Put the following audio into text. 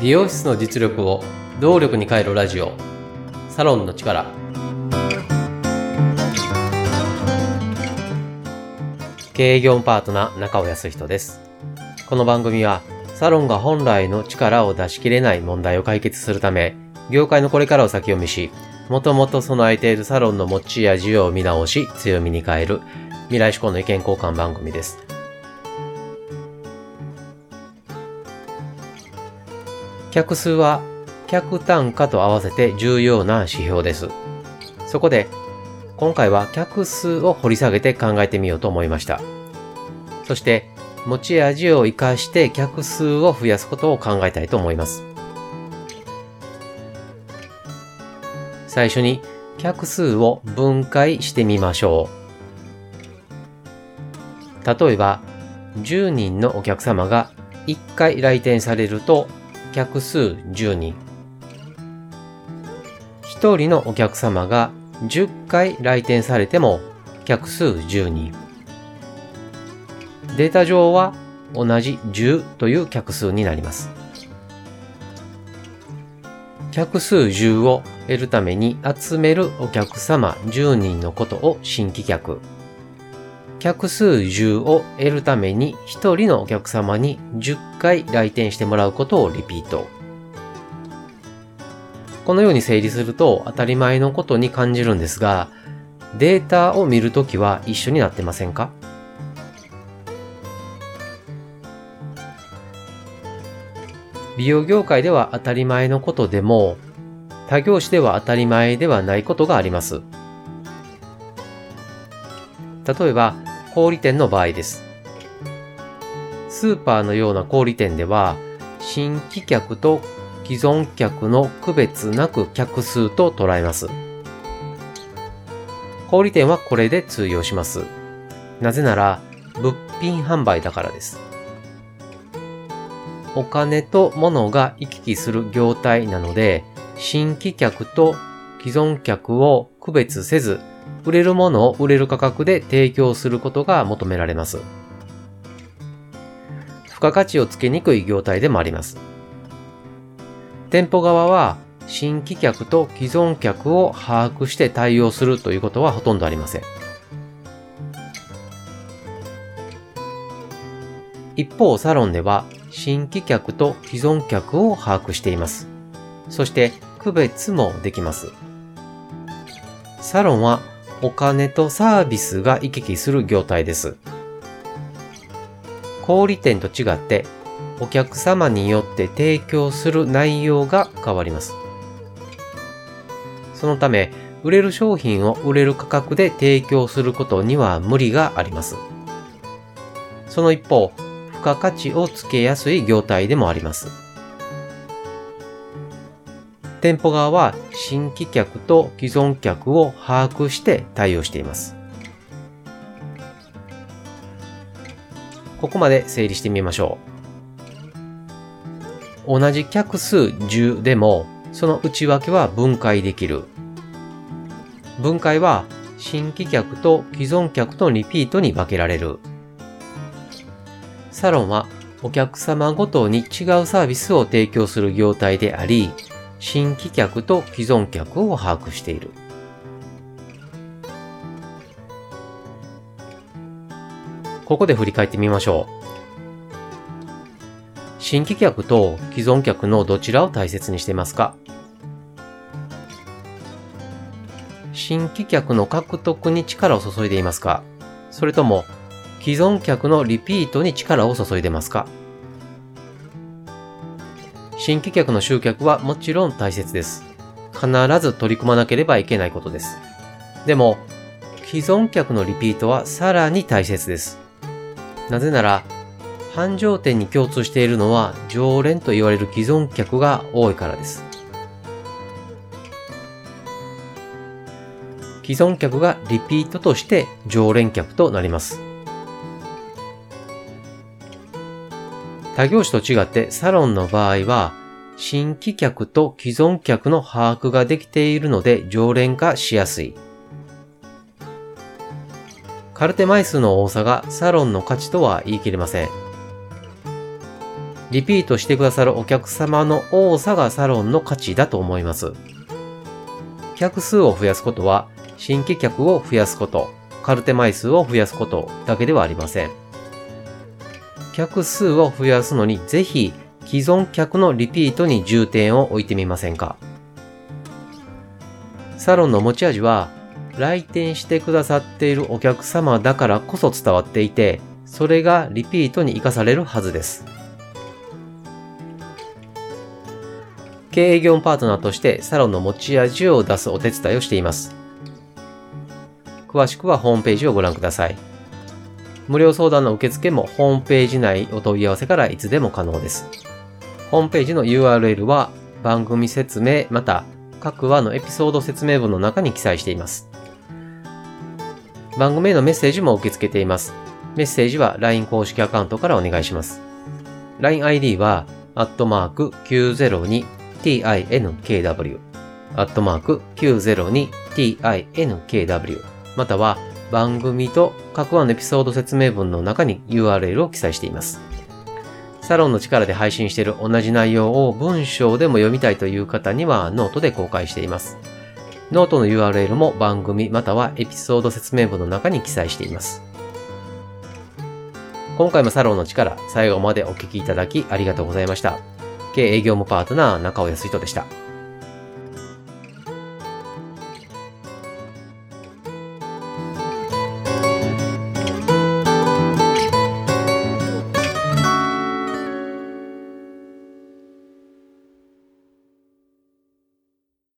美容室の実力を動力に変えるラジオ、サロンの力。経営業務パートナー中尾康人です。この番組はサロンが本来の力を出し切れない問題を解決するため、業界のこれからを先読みし、もともと備えているサロンの持ち味を見直し強みに変える未来志向の意見交換番組です。客数は客単価と合わせて重要な指標です。そこで今回は客数を掘り下げて考えてみようと思いました。そして持ち味を生かして客数を増やすことを考えたいと思います。最初に客数を分解してみましょう。例えば10人のお客様が1回来店されると客数10人。1人のお客様が10回来店されても客数10人。データ上は同じ10という客数になります。客数10を得るために集めるお客様10人のことを新規客。客数10を得るために1人のお客様に10回来店してもらうことをリピート。このように整理すると当たり前のことに感じるんですが、データを見るときは一緒になってませんか？美容業界では当たり前のことでも、他業種では当たり前ではないことがあります。例えば、小売店の場合です。スーパーのような小売店では、新規客と既存客の区別なく客数と捉えます。小売店はこれで通用します。なぜなら、物品販売だからです。お金と物が行き来する業態なので、新規客と既存客を区別せず、売れるものを売れる価格で提供することが求められます。付加価値をつけにくい業態でもあります。店舗側は新規客と既存客を把握して対応するということはほとんどありません。一方、サロンでは新規客と既存客を把握しています。そして区別もできます。サロンはお金とサービスが行き来する業態です。小売店と違ってお客様によって提供する内容が変わります。そのため、売れる商品を売れる価格で提供することには無理があります。その一方、付加価値をつけやすい業態でもあります。店舗側は新規客と既存客を把握して対応しています。ここまで整理してみましょう。同じ客数10でもその内訳は分解できる。分解は新規客と既存客とリピートに分けられる。サロンはお客様ごとに違うサービスを提供する業態であり、新規客と既存客を把握している。ここで振り返ってみましょう。新規客と既存客のどちらを大切にしていますか？新規客の獲得に力を注いでいますか？それとも既存客のリピートに力を注いでますか？新規客の集客はもちろん大切です。必ず取り組まなければいけないことです。でも、既存客のリピートはさらに大切です。なぜなら、繁盛店に共通しているのは常連と言われる既存客が多いからです。既存客がリピートとして常連客となります。他業種と違ってサロンの場合は、新規客と既存客の把握ができているので常連化しやすい。カルテ枚数の多さがサロンの価値とは言い切れません。 リピートしてくださるお客様の多さがサロンの価値だと思います。客数を増やすことは、新規客を増やすこと、カルテ枚数を増やすことだけではありません。客数を増やすのにぜひ既存客のリピートに重点を置いてみませんか。サロンの持ち味は、来店してくださっているお客様だからこそ伝わっていて、それがリピートに生かされるはずです。経営業務パートナーとしてサロンの持ち味を出すお手伝いをしています。詳しくはホームページをご覧ください。無料相談の受付もホームページ内お問い合わせからいつでも可能です。ホームページの URL は番組説明また各話のエピソード説明文の中に記載しています。番組へのメッセージも受け付けています。メッセージは LINE 公式アカウントからお願いします。LINE ID は@902tinkw @902tinkw または番組と各話のエピソード説明文の中に URL を記載しています。サロンの力で配信している同じ内容を文章でも読みたいという方にはノートで公開しています。ノートの URL も番組またはエピソード説明文の中に記載しています。今回もサロンの力、最後までお聞きいただきありがとうございました。経営業務パートナー中尾康人でした。